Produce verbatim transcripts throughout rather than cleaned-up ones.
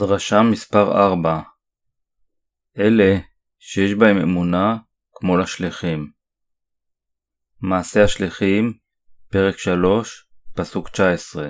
דרשה מספר ארבע. אלה שיש בהם אמונה כמו לשליחים. מעשה השליחים, פרק שלוש, פסוק תשע עשרה.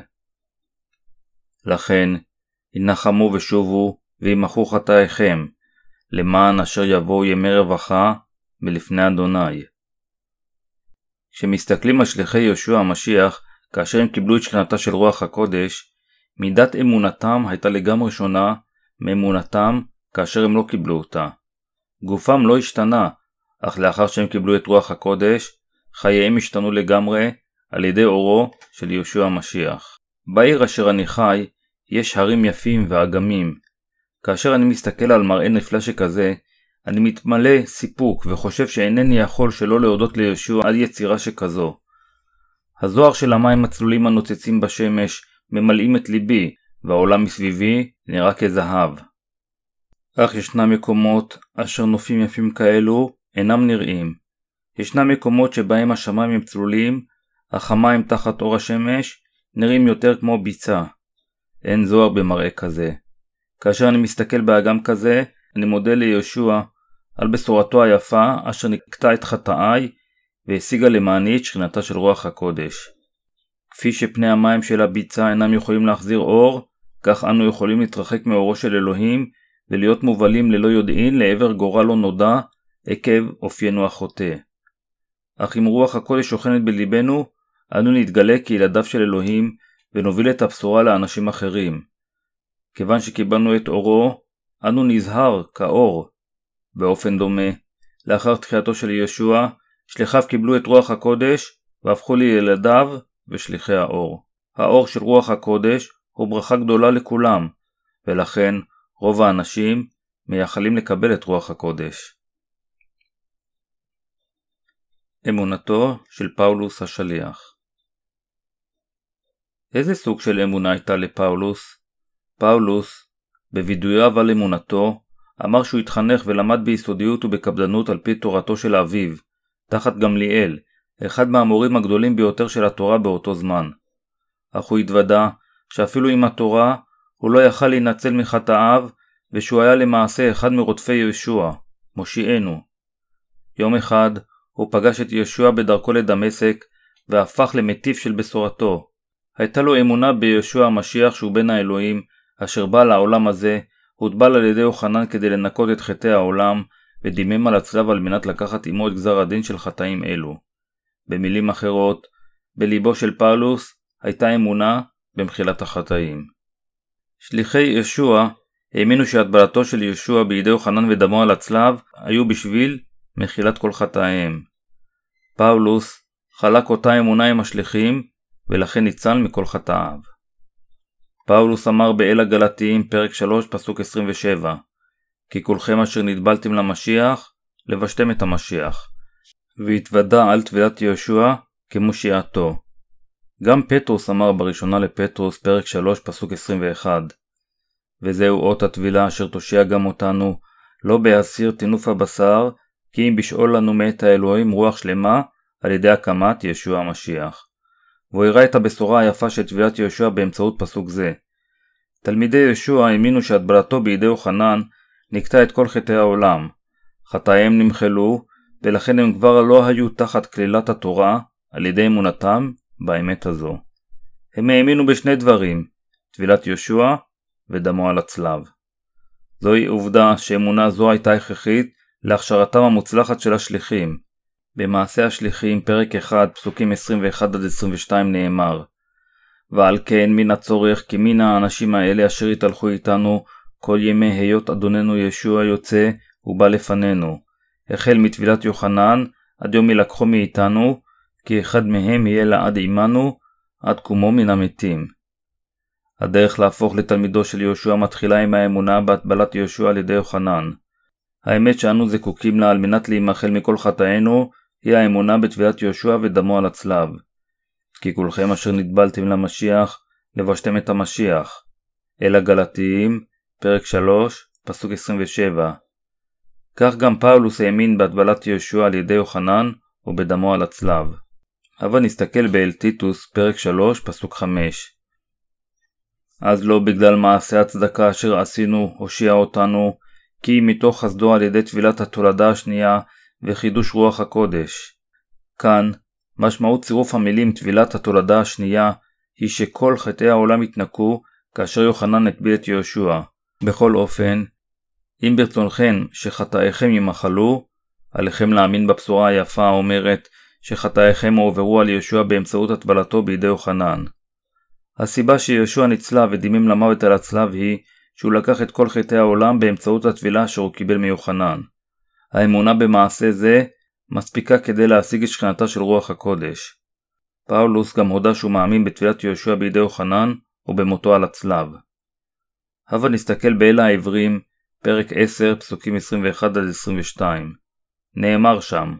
לכן, הנחמו ושובו וימחו חטאיכם, למען אשר יבואו ימי רווחה מלפני אדוני. כשמסתכלים על שליחי יהושע המשיח, כאשר הם קיבלו את שכינתה של רוח הקודש, מידת אמונתם הייתה לגמרי שונה מאמונתם כאשר הם לא קיבלו אותה. גופם לא השתנה, אך לאחר שהם קיבלו את רוח הקודש, חייהם השתנו לגמרי על ידי אורו של יהושע המשיח. בעיר אשר אני חי, יש הרים יפים ואגמים. כאשר אני מסתכל על מראה נפלא שכזה, אני מתמלא סיפוק וחושב שאינני יכול שלא להודות ליהושע על יצירה שכזו. הזוהר של המים הצלולים הנוצצים בשמש ממלאים את ליבי, והעולם מסביבי נראה כזהב. אך ישנם מקומות אשר נופים יפים כאלו אינם נראים. ישנם מקומות שבהם השמיים הם צלולים, אך המים תחת אור השמש נראים יותר כמו ביצה. אין זוהר במראה כזה. כאשר אני מסתכל באגם כזה, אני מודה ליהושע על בשורתו היפה אשר נקטע את חטאיי והשיגה למעני את שכינתה של רוח הקודש. כפי שפני המים של הביצה אינם יכולים להחזיר אור, כך אנו יכולים להתרחק מאורו של אלוהים ולהיות מובלים ללא יודעין לעבר גורל לא נודע עקב אופיינו החוטא. אך אם רוח הקודש שוכנת בליבנו, אנו נתגלה כילדיו של אלוהים ונוביל את הבשורה לאנשים אחרים. כיוון שקיבלנו את אורו, אנו נזהר כאור. באופן דומה, לאחר תחייתו של יהושע, שליחיו קיבלו את רוח הקודש והפכו לילדיו ושליחי האור. האור של רוח הקודש הוא ברכה גדולה לכולם, ולכן רוב האנשים מייחלים לקבל את רוח הקודש. אמונתו של פאולוס השליח. איזה סוג של אמונה הייתה לפאולוס? פאולוס, בווידויו על אמונתו, אמר שהוא התחנך ולמד ביסודיות ובקפדנות על פי תורתו של אביו, תחת גמליאל, אחד מהמורים הגדולים ביותר של התורה באותו זמן. אך הוא התוודע שאפילו עם התורה הוא לא יכל להינצל מחטאיו, ושהוא היה למעשה אחד מרודפי יהושע, מושיענו. יום אחד הוא פגש את יהושע בדרכו לדמשק, והפך למטיף של בשורתו. הייתה לו אמונה ביהושע המשיח שהוא בן האלוהים, אשר בא לעולם הזה, הוטבל על ידי יוחנן כדי לנקות את חטאי העולם, ודימם על הצלב על מנת לקחת עמו את גזר הדין של חטאים אלו. במילים אחרות, בליבו של פאולוס הייתה אמונה במחילת החטאים. שליחי יהושע האמינו שהטבלתו של יהושע בידי יוחנן ודמו על הצלב היו בשביל מחילת כל חטאיהם. פאולוס חלק אותה אמונה עם השליחים ולכן ניצל מכל חטאיו. פאולוס אמר באל הגלתיים פרק שלוש פסוק עשרים ושבע, כי כולכם אשר נטבלתם למשיח לבשתם את המשיח, והתוודע על טבילת יהושע כמושיעתו. גם פטרוס אמר בראשונה לפטרוס פרק שלוש פסוק עשרים ואחת, וזהו אות הטבילה אשר תושיע גם אותנו, לא בהסיר תינוף הבשר, כי אם בשאול לנו מאת האלוהים רוח שלמה על ידי הקמת יהושע המשיח. והוא הראה את הבשורה היפה של טבילת יהושע באמצעות פסוק זה. תלמידי יהושע האמינו שהטבלתו בידי יוחנן נקטע את כל חטאי העולם. חטאיהם נמחלו, ולכן הם כבר לא היו תחת כלילת התורה על ידי אמונתם באמת הזו. הם האמינו בשני דברים, טבילת יהושע ודמו על הצלב. זוהי עובדה שאמונה זו הייתה הכרחית להכשרתם המוצלחת של השליחים. במעשה השליחים פרק אחד פסוקים עשרים ואחת עד עשרים ושתיים נאמר, ועל כן מן הצורך כי מן האנשים האלה אשר יתהלכו איתנו כל ימי היות אדוננו ישוע יוצא ובא לפנינו, החל מטבילת יוחנן עד יום ילקחו מאיתנו, כי אחד מהם יהיה לעד עמנו עד קומו מן המתים. הדרך להפוך לתלמידו של יהושע מתחילה עם האמונה בהטבלת יהושע על ידי יוחנן. האמת שאנו זקוקים לה על מנת להימחל מכל חטאינו היא האמונה בטבילת יהושע ודמו על הצלב. כי כולכם אשר נטבלתם למשיח לבשתם את המשיח. אל הגלתיים פרק שלוש פסוק עשרים ושבע. כך גם פאולוס האמין בהטבלת יהושע על ידי יוחנן ובדמו על הצלב. אבל נסתכל באל טיטוס פרק שלוש פסוק חמש. אז לא בגלל מעשה הצדקה אשר עשינו הושיע אותנו, כי מתוך חסדו על ידי טבילת התולדה השנייה וחידוש רוח הקודש. כאן, משמעות צירוף המילים טבילת התולדה השנייה היא שכל חטאי העולם התנקו כאשר יוחנן הטביל את יהושע. בכל אופן, אם ברצונכם שחטאיכם ימחלו, עליכם להאמין בבשורה היפה האומרת שחטאיכם הועברו על יהושע באמצעות הטבלתו בידי יוחנן. הסיבה שיהושע נצלב ודימם למוות על הצלב היא שהוא לקח את כל חטאי העולם באמצעות הטבילה אשר הוא קיבל מיוחנן. האמונה במעשה זה מספיקה כדי להשיג את שכינתה של רוח הקודש. פאולוס גם הודה שהוא מאמין בטבילת יהושע בידי יוחנן ובמותו על הצלב. הבה נסתכל באל העברים, פרק עשר, פסוקים עשרים ואחת עד עשרים ושתיים. נאמר שם,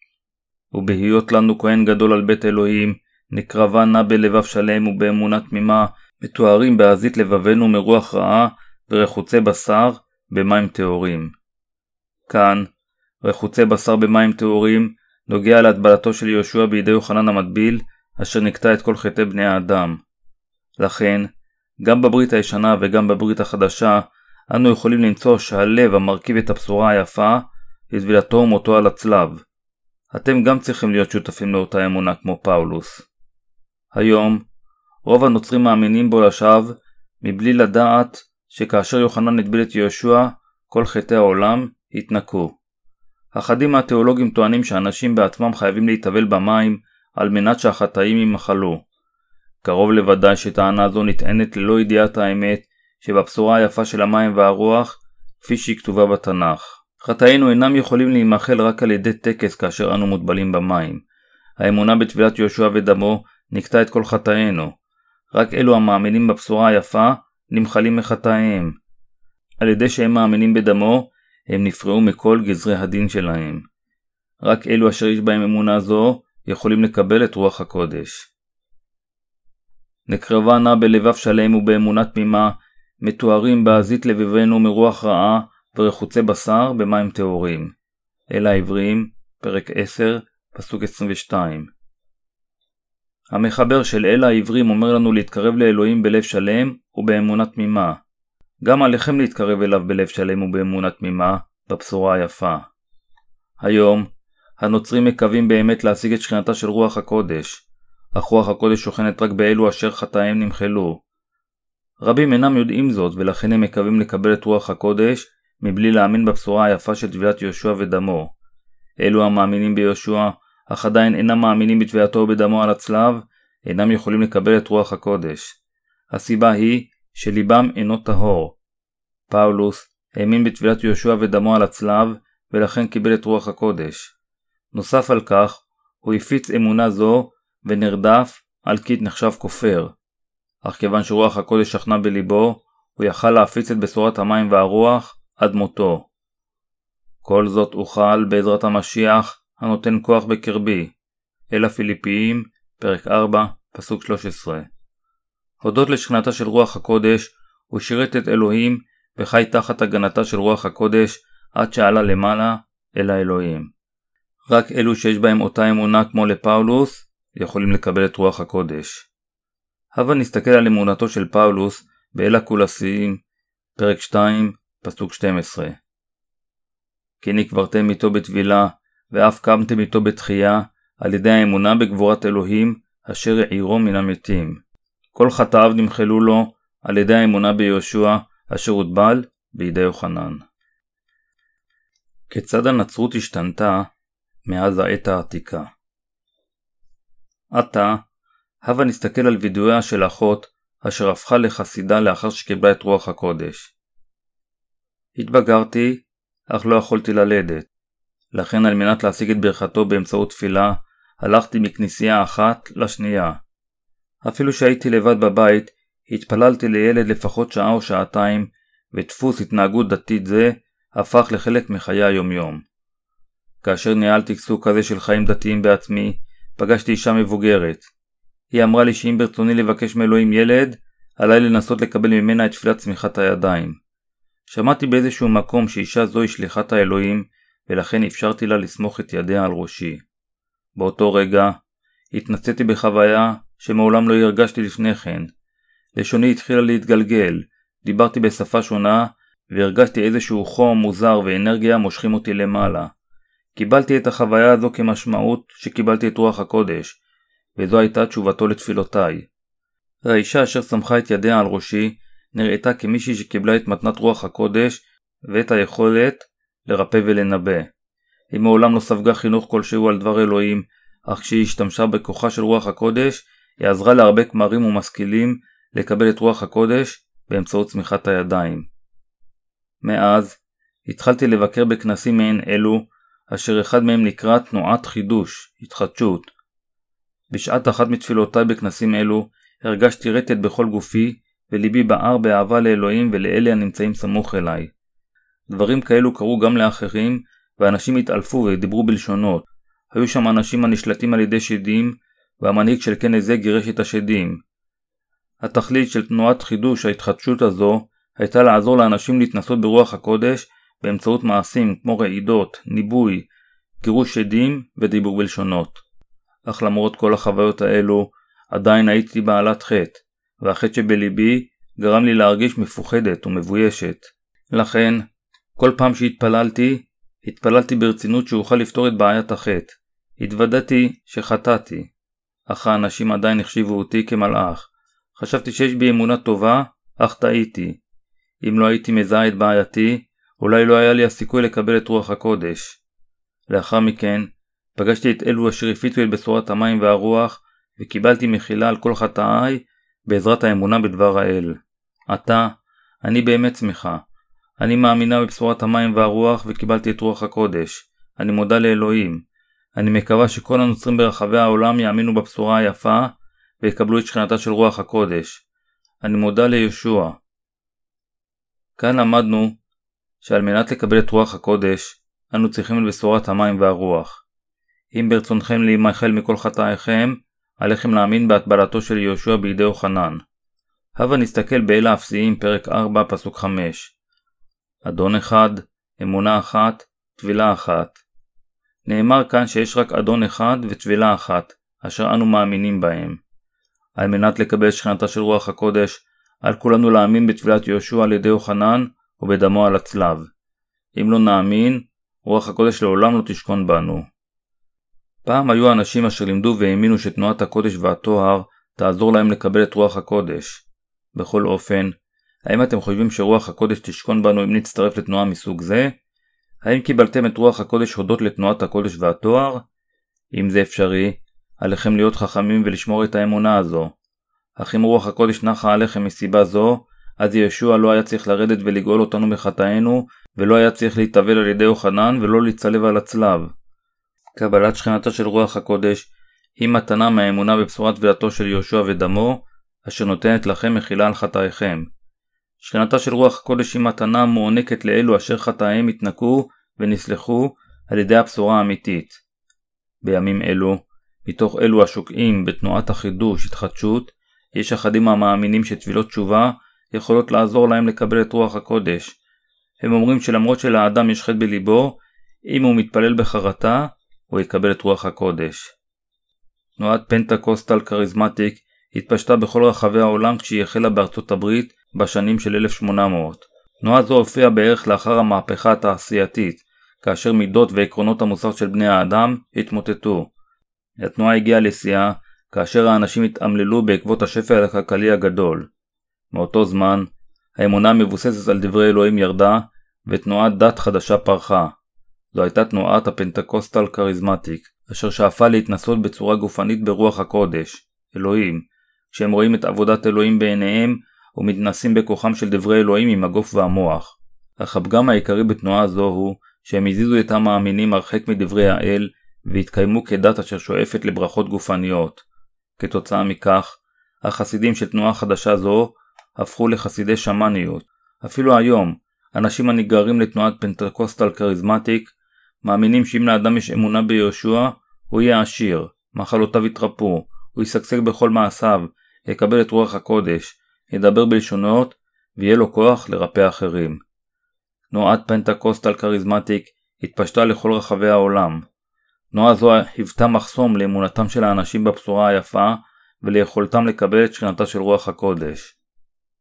ובהיות לנו כהן גדול על בית אלוהים, נקרבה נא בלבב שלם ובאמונה תמימה, מתוארים בעזית לבבנו מרוח רעה ורחוצי בשר במים טהורים. כאן, רחוצי בשר במים טהורים נוגע להטבלתו של יהושע בידי יוחנן המטביל, אשר נקטע את כל חטאי בני האדם. לכן, גם בברית הישנה וגם בברית החדשה, אנו יכולים למצוא שהלב המרכיב את הבשורה היפה, היא טבילתו ומותו על הצלב. אתם גם צריכים להיות שותפים לאותה אמונה כמו פאולוס. היום, רוב הנוצרים מאמינים בו לשווא, מבלי לדעת שכאשר יוחנן הטביל את יהושע, כל חטאי העולם התנקו. אחדים מהתיאולוגים טוענים שאנשים בעצמם חייבים להתאבל במים על מנת שהחטאים ימחלו. קרוב לוודאי שטענה זו נטענת ללא ידיעת האמת שבבשורה היפה של המים והרוח, כפי שהיא כתובה בתנ"ך. חטאינו אינם יכולים להימחל רק על ידי טקס כאשר אנו מוטבלים במים. האמונה בטבילת יהושע ודמו נקטע את כל חטאינו. רק אלו המאמינים בבשורה היפה נמחלים מחטאיהם. על ידי שהם מאמינים בדמו, הם נפרעו מכל גזרי הדין שלהם. רק אלו אשר יש בהם אמונה זו יכולים לקבל את רוח הקודש. נקרבה נא בלבב שלם ובאמונה תמימה, מתוארים בעזית לבבנו מרוח רעה ורחוצי בשר במים טהורים. אל העברים, פרק עשר, פסוק עשרים ושתיים. המחבר של אל העברים אומר לנו להתקרב לאלוהים בלב שלם ובאמונה תמימה. גם עליכם להתקרב אליו בלב שלם ובאמונה תמימה, בבשורה היפה. היום, הנוצרים מקווים באמת להשיג את שכינתה של רוח הקודש, אך רוח הקודש שוכנת רק באלו אשר חטאיהם נמחלו. רבים אינם יודעים זאת ולכן הם מקווים לקבל את רוח הקודש מבלי להאמין בבשורה היפה של טבילת יהושע ודמו. אלו המאמינים ביהושע, אך עדיין אינם מאמינים בטבילתו ובדמו על הצלב, אינם יכולים לקבל את רוח הקודש. הסיבה היא שליבם אינו טהור. פאולוס האמין בטבילת יהושע ודמו על הצלב ולכן קיבל את רוח הקודש. נוסף על כך, הוא הפיץ אמונה זו ונרדף על כי נחשב כופר. אך כיוון שרוח הקודש שכנה בליבו, הוא יכל להפיץ את בשורת המים והרוח עד מותו. כל זאת אוכל בעזרת המשיח הנותן כוח בקרבי. אל הפיליפיים, פרק ארבע, פסוק שלוש עשרה. הודות לשכנתה של רוח הקודש, הוא שירת את אלוהים וחי תחת הגנתה של רוח הקודש עד שעלה למעלה אל האלוהים. רק אלו שיש בהם אותה אמונה כמו לפאולוס יכולים לקבל את רוח הקודש. הבה נסתכל על אמונתו של פאולוס באל הקולסיים, פרק שתיים, פסוק שתים עשרה. כי נקברתם איתו בטבילה, ואף קמתם איתו בתחייה, על ידי האמונה בגבורת אלוהים, אשר העירו מן המתים. כל חטאיו נמחלו לו, על ידי האמונה ביהושע, אשר הוטבל בידי יוחנן. כיצד הנצרות השתנתה מאז העת העתיקה? עתה, הבה נסתכל על וידואיה של אחות, אשר הפכה לחסידה לאחר שקיבלה את רוח הקודש. התבגרתי, אך לא יכולתי ללדת. לכן על מנת להשיג את ברכתו באמצעות תפילה, הלכתי מכנסייה אחת לשנייה. אפילו שהייתי לבד בבית, התפללתי לילד לפחות שעה או שעתיים, ודפוס התנהגות דתית זה הפך לחלק מחיי היומיום. כאשר ניהלתי סוג כזה של חיים דתיים בעצמי, פגשתי אישה מבוגרת. היא אמרה לי שאם ברצוני לבקש מאלוהים ילד, עליי לנסות לקבל ממנה את תפילת צמיחת הידיים. שמעתי באיזשהו מקום שאישה זו היא שליחת האלוהים, ולכן אפשרתי לה לסמוך את ידיה על ראשי. באותו רגע, התנסיתי בחוויה שמעולם לא הרגשתי לפני כן. לשוני התחילה להתגלגל, דיברתי בשפה שונה, והרגשתי איזשהו חום מוזר ואנרגיה מושכים אותי למעלה. קיבלתי את החוויה הזו כמשמעות שקיבלתי את רוח הקודש, וזו הייתה תשובתו לתפילותיי. האישה אשר סמכה את ידיה על ראשי, נראתה כמישהי שקיבלה את מתנת רוח הקודש, ואת היכולת לרפא ולנבא. היא מעולם לא ספגה חינוך כלשהו על דבר אלוהים, אך כשהיא השתמשה בכוחה של רוח הקודש, היא עזרה להרבה כמרים ומשכילים לקבל את רוח הקודש באמצעות צמיחת הידיים. מאז, התחלתי לבקר בכנסים מעין אלו, אשר אחד מהם נקרא תנועת חידוש, התחדשות. בשעת אחת מתפילותיי בכנסים אלו, הרגשתי רטט בכל גופי, וליבי בער באהבה לאלוהים ולאלה הנמצאים סמוך אליי. דברים כאלו קרו גם לאחרים, ואנשים התעלפו ודיברו בלשונות. היו שם אנשים הנשלטים על ידי שדים, והמנהיג של כנס זה גירש את השדים. התכלית של תנועת חידוש ההתחדשות הזו, הייתה לעזור לאנשים להתנסות ברוח הקודש, באמצעות מעשים כמו רעידות, ניבוי, גירוש שדים ודיבור בלשונות. אך למרות כל החוויות האלו, עדיין הייתי בעלת חטא, והחטא שבליבי גרם לי להרגיש מפוחדת ומבוישת. לכן, כל פעם שהתפללתי, התפללתי ברצינות שאוכל לפתור את בעיית החטא. התוודעתי שחטאתי, אך האנשים עדיין החשיבו אותי כמלאך. חשבתי שיש בי אמונה טובה, אך טעיתי. אם לא הייתי מזהה את בעייתי, אולי לא היה לי הסיכוי לקבל את רוח הקודש. לאחר מכן, פגשתי את אלו אשר הפיצו את בשורת המים והרוח, וקיבלתי מחילה על כל חטאיי בעזרת האמונה בדבר האל. עתה, אני באמת שמחה. אני מאמינה בבשורת המים והרוח וקיבלתי את רוח הקודש. אני מודה לאלוהים. אני מקווה שכל הנוצרים ברחבי העולם יאמינו בבשורה היפה ויקבלו את שכינתה של רוח הקודש. אני מודה לישוע. כאן למדנו שעל מנת לקבל את רוח הקודש, אנו צריכים את בשורת המים והרוח. אם ברצונכם להימחל מכל חטאיכם, עליכם להאמין בהטבלתו של יהושע בידי יוחנן. הבה נסתכל באל האפסיים פרק ארבע פסוק חמש. אדון אחד, אמונה אחת, תבילה אחת. נאמר כאן שיש רק אדון אחד ותבילה אחת, אשר אנו מאמינים בהם. על מנת לקבל שכינתה של רוח הקודש, על כולנו להאמין בתפילת יהושע על ידי יוחנן ובדמו על הצלב. אם לא נאמין, רוח הקודש לעולם לא תשכון בנו. פעם היו אנשים אשר לימדו והאמינו שתנועת הקודש והטוהר תעזור להם לקבל את רוח הקודש. בכל אופן, האם אתם חושבים שרוח הקודש תשכון בנו אם נצטרף לתנועה מסוג זה? האם קיבלתם את רוח הקודש הודות לתנועת הקודש והטוהר? אם זה אפשרי, עליכם להיות חכמים ולשמור את האמונה הזו. אך אם רוח הקודש נחה עליכם מסיבה זו, אז ישוע לא היה צריך לרדת ולגאול אותנו מחטאינו, ולא היה צריך להתאבל על ידי יוחנן ולא להצלב על הצלב. קבלת שכינתה של רוח הקודש היא מתנה מהאמונה בבשורת טבילתו של יהושע ודמו, אשר נותנת לכם מחילה על חטאיכם. שכינתה של רוח הקודש היא מתנה מוענקת לאלו אשר חטאיהם התנקו ונסלחו על ידי הבשורה האמיתית. בימים אלו, מתוך אלו השוקעים בתנועת החידוש התחדשות, יש אחדים המאמינים שטבילות תשובה יכולות לעזור להם לקבל את רוח הקודש. הם אומרים שלמרות שלאדם יש חטא בליבו, אם הוא מתפלל בחרטה, הוא יקבל את רוח הקודש. תנועת פנטקוסטל קריזמטיק התפשטה בכל רחבי העולם כשהיא החלה בארצות הברית בשנים של אלף ושמונה מאות. תנועה זו הופיעה בערך לאחר המהפכה התעשייתית, כאשר מידות ועקרונות המוסר של בני האדם התמוטטו. התנועה הגיעה לשיאה כאשר האנשים התעמללו בעקבות השפל הכלכלי הגדול. מאותו זמן, האמונה המבוססת על דברי אלוהים ירדה, ותנועת דת חדשה פרחה. זו הייתה תנועת הפנטקוסטל קריזמטיק, אשר שאפה להתנסות בצורה גופנית ברוח הקודש, אלוהים, כשהם רואים את עבודת אלוהים בעיניהם, ומתנסים בכוחם של דברי אלוהים עם הגוף והמוח. אך הפגם העיקרי בתנועה זו הוא, שהם הזיזו את המאמינים הרחק מדברי האל, והתקיימו כדת אשר שואפת לברכות גופניות. כתוצאה מכך, החסידים של תנועה חדשה זו הפכו לחסידי שמאניות. אפילו היום, אנשים הנגררים לתנועת פנטקוסטל קריזמטיק מאמינים שאם לאדם יש אמונה ביהושע, הוא יהיה עשיר, מחלותיו יתרפו, הוא ישגשג בכל מעשיו, יקבל את רוח הקודש, ידבר בלשונות ויהיה לו כוח לרפא אחרים. תנועת פנטקוסטל קריזמטיק התפשטה לכל רחבי העולם. תנועה זו היוותה מחסום לאמונתם של האנשים בבשורה היפה וליכולתם לקבל את שכינתה של רוח הקודש.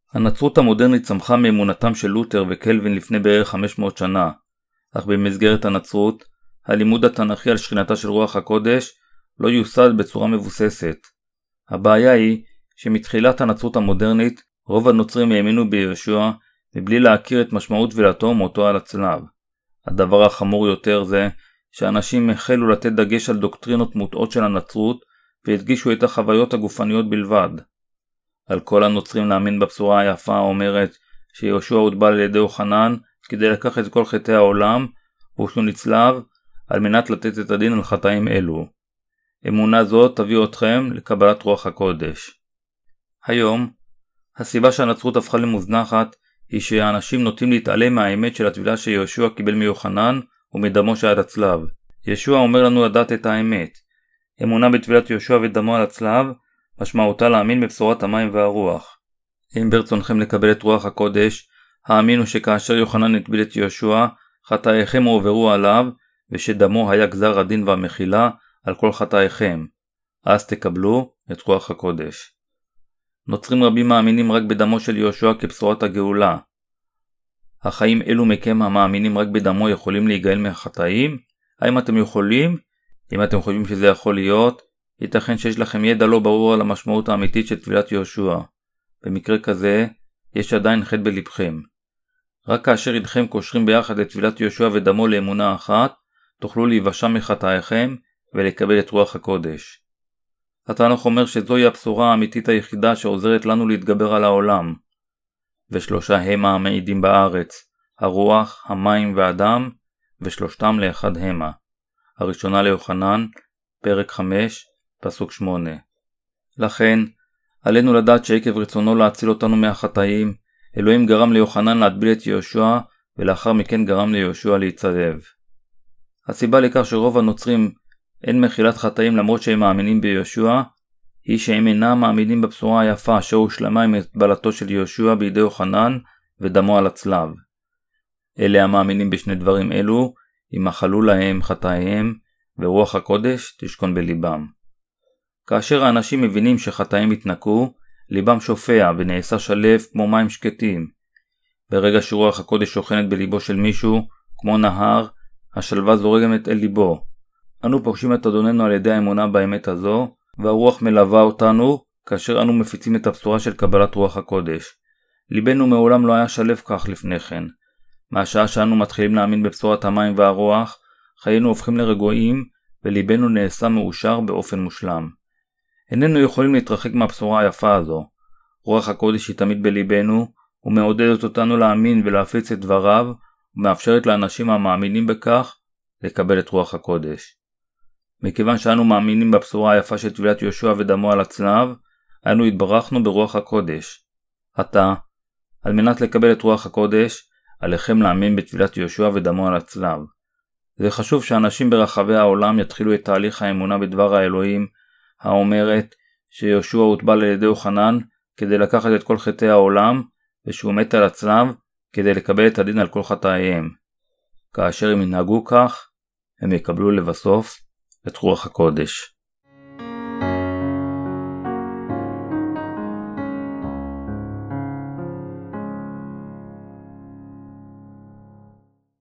הנצרות המודרנית צמחה מאמונתם של לותר וקלווין לפני בערך חמש מאות שנה, אך במסגרת הנצרות, הלימוד התנ"כי על שכינתה של רוח הקודש לא יוסד בצורה מבוססת. הבעיה היא שמתחילת הנצרות המודרנית, רוב הנוצרים האמינו בישוע מבלי להכיר את משמעות טבילתו ומותו על הצלב. הדבר החמור יותר זה שאנשים החלו לתת דגש על דוקטרינות מוטעות של הנצרות והדגישו את החוויות הגופניות בלבד. על כל הנוצרים להאמין בבשורה היפה האומרת שיהושע הוטבל על ידי יוחנן כדי לקחת את כל חטאי העולם ושהוא נצלב על מנת לתת את הדין על חטאים אלו. אמונה זו תביא אתכם לקבלת רוח הקודש. היום, הסיבה שהנצרות הפכה למוזנחת היא שהאנשים נוטים להתעלם מהאמת של הטבילה שיהושע קיבל מיוחנן ומדמו שעל הצלב. ישוע אומר לנו לדעת את האמת. אמונה בטבילת יהושע ודמו על הצלב משמעותה להאמין בבשורת המים והרוח. אם ברצונכם לקבל את רוח הקודש, האמינו שכאשר יוחנן הטביל את יהושע, חטאיכם הועברו עליו, ושדמו היה גזר הדין והמחילה על כל חטאיכם. אז תקבלו את רוח הקודש. נוצרים רבים מאמינים רק בדמו של יהושע כבשורת הגאולה. החיים אלו מכם המאמינים רק בדמו יכולים להיגאל מהחטאים? האם אתם יכולים? אם אתם חושבים שזה יכול להיות, ייתכן שיש לכם ידע לא ברור על המשמעות האמיתית של טבילת יהושע. במקרה כזה, יש עדיין חטא בלבכם. רק כאשר ידכם קושרים ביחד את טבילת יהושע ודמו לאמונה אחת, תוכלו להיוושע מחטאיכם ולקבל את רוח הקודש. התנ"ך אומר שזוהי הבשורה האמיתית היחידה שעוזרת לנו להתגבר על העולם. ושלושה המה המעידים בארץ, הרוח, המים והדם, ושלושתם לאחד המה. הראשונה ליוחנן, פרק חמש, פסוק שמונה. לכן, עלינו לדעת שעקב רצונו להציל אותנו מהחטאים, אלוהים גרם ליוחנן להטביל את יהושע, ולאחר מכן גרם ליהושע להצלב. הסיבה לכך שרוב הנוצרים אין מחילת חטאים למרות שהם מאמינים ביהושע, היא שהם אינם מאמינים בבשורה היפה שהושלמה עם הטבלתו של יהושע בידי יוחנן ודמו על הצלב. אלה המאמינים בשני דברים אלו, ימחלו להם חטאיהם, ורוח הקודש תשכון בליבם. כאשר האנשים מבינים שחטאים התנקו, ליבם שופע ונעשה שלב כמו מים שקטים. ברגע שרוח הקודש שוכנת בליבו של מישהו, כמו נהר, השלווה זורמת אל ליבו. אנו פוגשים את אדוננו על ידי האמונה באמת הזו, והרוח מלווה אותנו כאשר אנו מפיצים את הבשורה של קבלת רוח הקודש. ליבנו מעולם לא היה שלב כך לפני כן. מהשעה שאנו מתחילים להאמין בבשורת המים והרוח, חיינו הופכים לרגועים, וליבנו נעשה מאושר באופן מושלם. איננו יכולים להתרחק מהבשורה היפה הזו. רוח הקודש היא תמיד בליבנו, ומעודדת אותנו להאמין ולהפיץ את דבריו, ומאפשרת לאנשים המאמינים בכך לקבל את רוח הקודש. מכיוון שאנו מאמינים בבשורה היפה של טבילת יהושע ודמו על הצלב, אנו התברכנו ברוח הקודש. עתה, על מנת לקבל את רוח הקודש, עליכם להאמין בטבילת יהושע ודמו על הצלב. זה חשוב שאנשים ברחבי העולם יתחילו את תהליך האמונה בדבר האלוהים, האומרת שיהושע הוטבל על ידי יוחנן כדי לקחת את כל חטאי העולם, ושהוא מת על הצלב כדי לקבל את הדין על כל חטאיהם. כאשר הם ינהגו כך, הם יקבלו לבסוף את רוח הקודש.